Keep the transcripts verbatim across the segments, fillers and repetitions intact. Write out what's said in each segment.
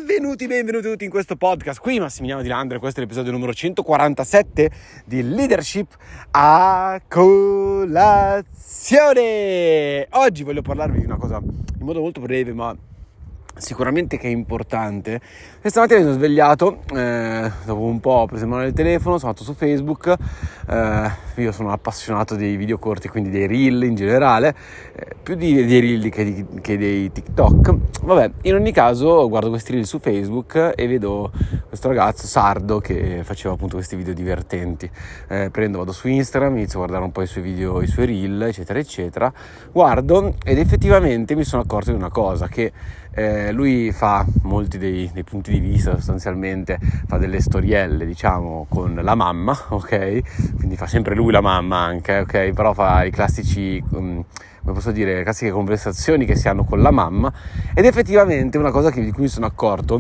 Benvenuti, benvenuti tutti in questo podcast. Qui Massimiliano Di Landro e questo è l'episodio numero centoquarantasette di Leadership a colazione. Oggi voglio parlarvi di una cosa in modo molto breve, ma sicuramente che è importante. Questa mattina mi sono svegliato, eh, dopo un po' ho preso in mano il telefono, sono andato su Facebook, eh, io sono appassionato dei video corti, quindi dei reel in generale, eh, più di, dei reel che, di, che dei TikTok. Vabbè, in ogni caso guardo questi reel su Facebook e vedo questo ragazzo sardo che faceva appunto questi video divertenti. Eh, prendo, vado su Instagram, inizio a guardare un po' i suoi video, i suoi reel, eccetera, eccetera. Guardo ed effettivamente mi sono accorto di una cosa, che Eh, lui fa molti dei, dei punti di vista, sostanzialmente fa delle storielle, diciamo, con la mamma, ok? Quindi fa sempre lui la mamma anche, ok? Però fa i classici, um, come posso dire, le classiche conversazioni che si hanno con la mamma, ed effettivamente una cosa che, di cui mi sono accorto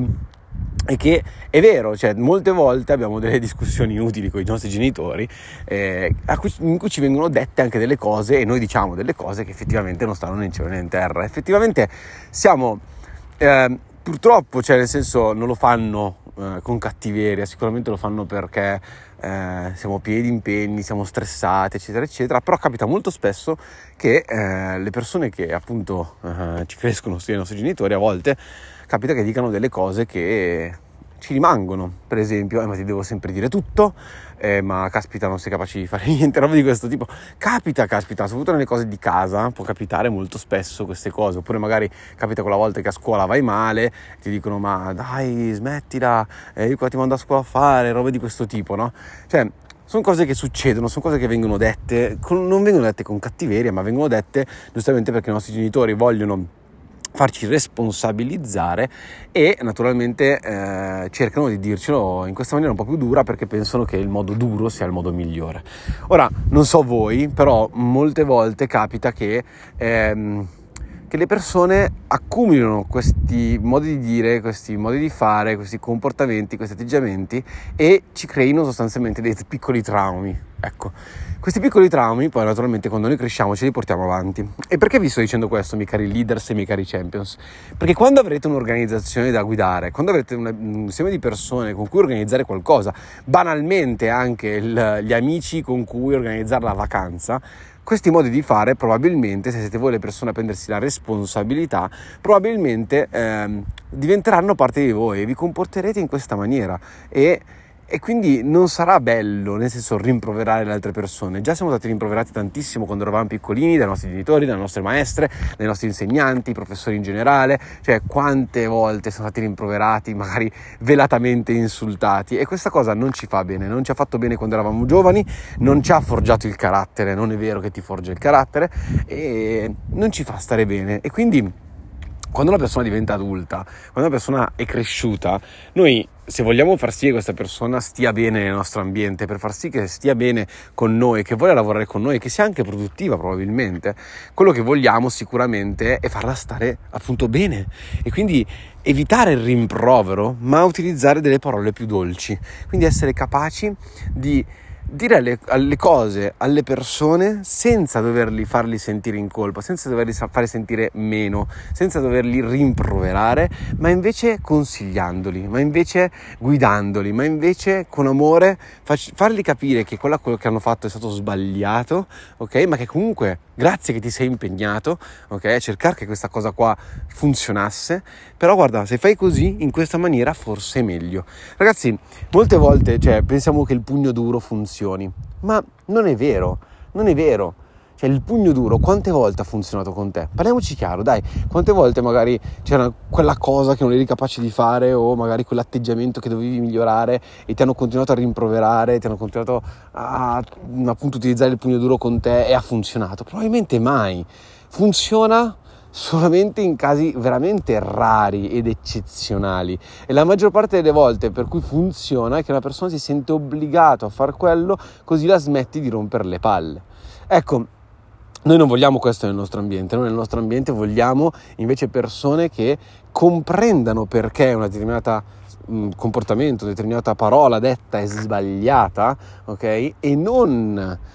è che è vero, cioè molte volte abbiamo delle discussioni inutili con i nostri genitori, eh, a cui, in cui ci vengono dette anche delle cose e noi diciamo delle cose che effettivamente non stanno né in cielo né in terra. Effettivamente siamo Eh, purtroppo, cioè nel senso, non lo fanno eh, con cattiveria, sicuramente lo fanno perché eh, siamo pieni di impegni, siamo stressati, eccetera eccetera, però capita molto spesso che eh, le persone che appunto eh, ci crescono, sia i nostri genitori, a volte capita che dicano delle cose che ci rimangono, per esempio, eh, ma ti devo sempre dire tutto, eh, ma caspita non sei capace di fare niente, roba di questo tipo. Capita, caspita, soprattutto nelle cose di casa, può capitare molto spesso queste cose, oppure magari capita quella volta che a scuola vai male, ti dicono ma dai smettila, eh, io qua ti mando a scuola a fare, robe di questo tipo, no? Cioè, sono cose che succedono, sono cose che vengono dette, con, non vengono dette con cattiveria, ma vengono dette giustamente perché i nostri genitori vogliono farci responsabilizzare e naturalmente eh, cercano di dircelo in questa maniera un po' più dura, perché pensano che il modo duro sia il modo migliore. Ora, non so voi, però molte volte capita che ehm, che le persone accumulino questi modi di dire, questi modi di fare, questi comportamenti, questi atteggiamenti e ci creino sostanzialmente dei piccoli traumi. Ecco, questi piccoli traumi poi naturalmente quando noi cresciamo ce li portiamo avanti. E perché vi sto dicendo questo, miei cari leaders e miei cari champions? Perché quando avrete un'organizzazione da guidare, quando avrete un insieme di persone con cui organizzare qualcosa, banalmente anche il, gli amici con cui organizzare la vacanza, questi modi di fare probabilmente, se siete voi le persone a prendersi la responsabilità, probabilmente ehm, diventeranno parte di voi e vi comporterete in questa maniera e, e quindi non sarà bello, nel senso, rimproverare le altre persone. Già siamo stati rimproverati tantissimo quando eravamo piccolini dai nostri genitori, dalle nostre maestre, dai nostri insegnanti, i professori in generale, cioè quante volte siamo stati rimproverati, magari velatamente insultati, e questa cosa non ci fa bene, non ci ha fatto bene quando eravamo giovani, non ci ha forgiato il carattere, non è vero che ti forgia il carattere, e non ci fa stare bene. E quindi quando una persona diventa adulta, quando una persona è cresciuta, noi, se vogliamo far sì che questa persona stia bene nel nostro ambiente, per far sì che stia bene con noi, che voglia lavorare con noi, che sia anche produttiva probabilmente, quello che vogliamo sicuramente è farla stare appunto bene, e quindi evitare il rimprovero, ma utilizzare delle parole più dolci, quindi essere capaci di dire alle, alle cose, alle persone, senza doverli farli sentire in colpa, senza doverli fare sentire meno, senza doverli rimproverare, ma invece consigliandoli, ma invece guidandoli, ma invece con amore fac- fargli capire che quello, quello che hanno fatto è stato sbagliato, ok? Ma che comunque grazie che ti sei impegnato, ok? A cercare che questa cosa qua funzionasse. Però guarda, se fai così, in questa maniera, forse è meglio. Ragazzi, molte volte, cioè, pensiamo che il pugno duro funzioni, ma non è vero, non è vero. Cioè, il pugno duro quante volte ha funzionato con te? Parliamoci chiaro, dai, quante volte magari c'era quella cosa che non eri capace di fare, o magari quell'atteggiamento che dovevi migliorare e ti hanno continuato a rimproverare, ti hanno continuato a appunto utilizzare il pugno duro con te e ha funzionato? Probabilmente mai. Funziona solamente in casi veramente rari ed eccezionali, e la maggior parte delle volte per cui funziona è che una persona si sente obbligato a far quello, così la smetti di rompere le palle. Ecco, noi non vogliamo questo nel nostro ambiente, noi nel nostro ambiente vogliamo invece persone che comprendano perché una determinata mh, comportamento, determinata parola detta è sbagliata, ok? E non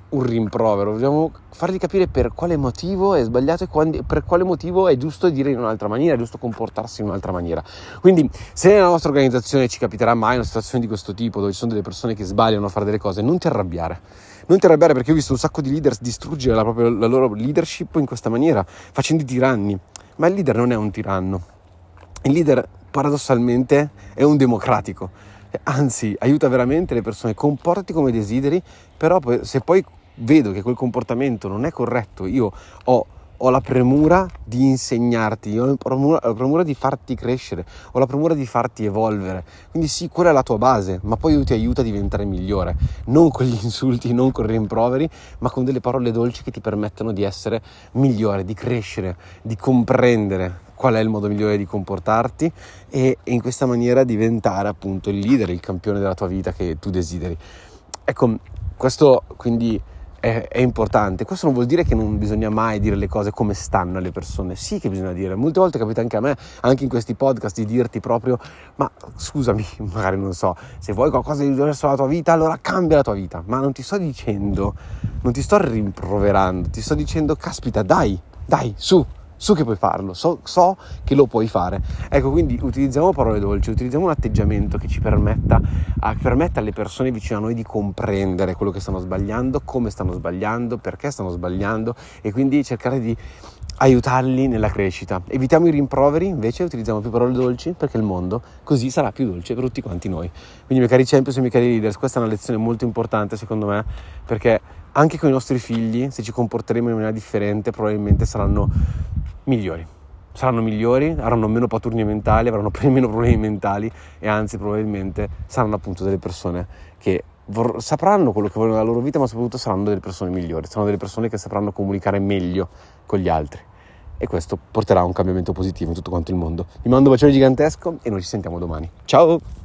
un rimprovero, dobbiamo fargli capire per quale motivo è sbagliato e quando, per quale motivo è giusto dire in un'altra maniera, è giusto comportarsi in un'altra maniera. Quindi se nella nostra organizzazione ci capiterà mai una situazione di questo tipo, dove ci sono delle persone che sbagliano a fare delle cose, non ti arrabbiare. Non ti arrabbiare, perché ho visto un sacco di leaders distruggere la, propria, la loro leadership in questa maniera, facendo i tiranni. Ma il leader non è un tiranno. Il leader paradossalmente è un democratico. Anzi, aiuta veramente le persone, comportati come desideri, però se poi vedo che quel comportamento non è corretto, io ho, ho la premura di insegnarti, io ho la premura, la premura di farti crescere, ho la premura di farti evolvere. Quindi sì, quella è la tua base, ma poi ti aiuta a diventare migliore, non con gli insulti, non con i rimproveri, ma con delle parole dolci che ti permettono di essere migliore, di crescere, di comprendere qual è il modo migliore di comportarti e, e in questa maniera diventare appunto il leader, il campione della tua vita che tu desideri. Ecco, questo quindi è, è importante. Questo non vuol dire che non bisogna mai dire le cose come stanno alle persone. Sì che bisogna dire. Molte volte capita anche a me, anche in questi podcast, di dirti proprio: ma scusami, magari non so, se vuoi qualcosa di diverso dalla tua vita, allora cambia la tua vita. Ma non ti sto dicendo, non ti sto rimproverando, ti sto dicendo: caspita, dai, dai, su. So che puoi farlo, so, so che lo puoi fare. Ecco, quindi utilizziamo parole dolci, utilizziamo un atteggiamento che ci permetta, a, permetta alle persone vicino a noi di comprendere quello che stanno sbagliando, come stanno sbagliando, perché stanno sbagliando, e quindi cercare di aiutarli nella crescita. Evitiamo i rimproveri, invece utilizziamo più parole dolci, perché il mondo così sarà più dolce per tutti quanti noi. Quindi, miei cari champions e miei cari leaders, questa è una lezione molto importante secondo me, perché anche con i nostri figli, se ci comporteremo in maniera differente, probabilmente saranno migliori. Saranno migliori, avranno meno paturnie mentali, avranno meno problemi mentali e anzi probabilmente saranno appunto delle persone che vor- sapranno quello che vogliono dalla loro vita, ma soprattutto saranno delle persone migliori, saranno delle persone che sapranno comunicare meglio con gli altri. E questo porterà a un cambiamento positivo in tutto quanto il mondo. Vi mando un bacione gigantesco e noi ci sentiamo domani. Ciao!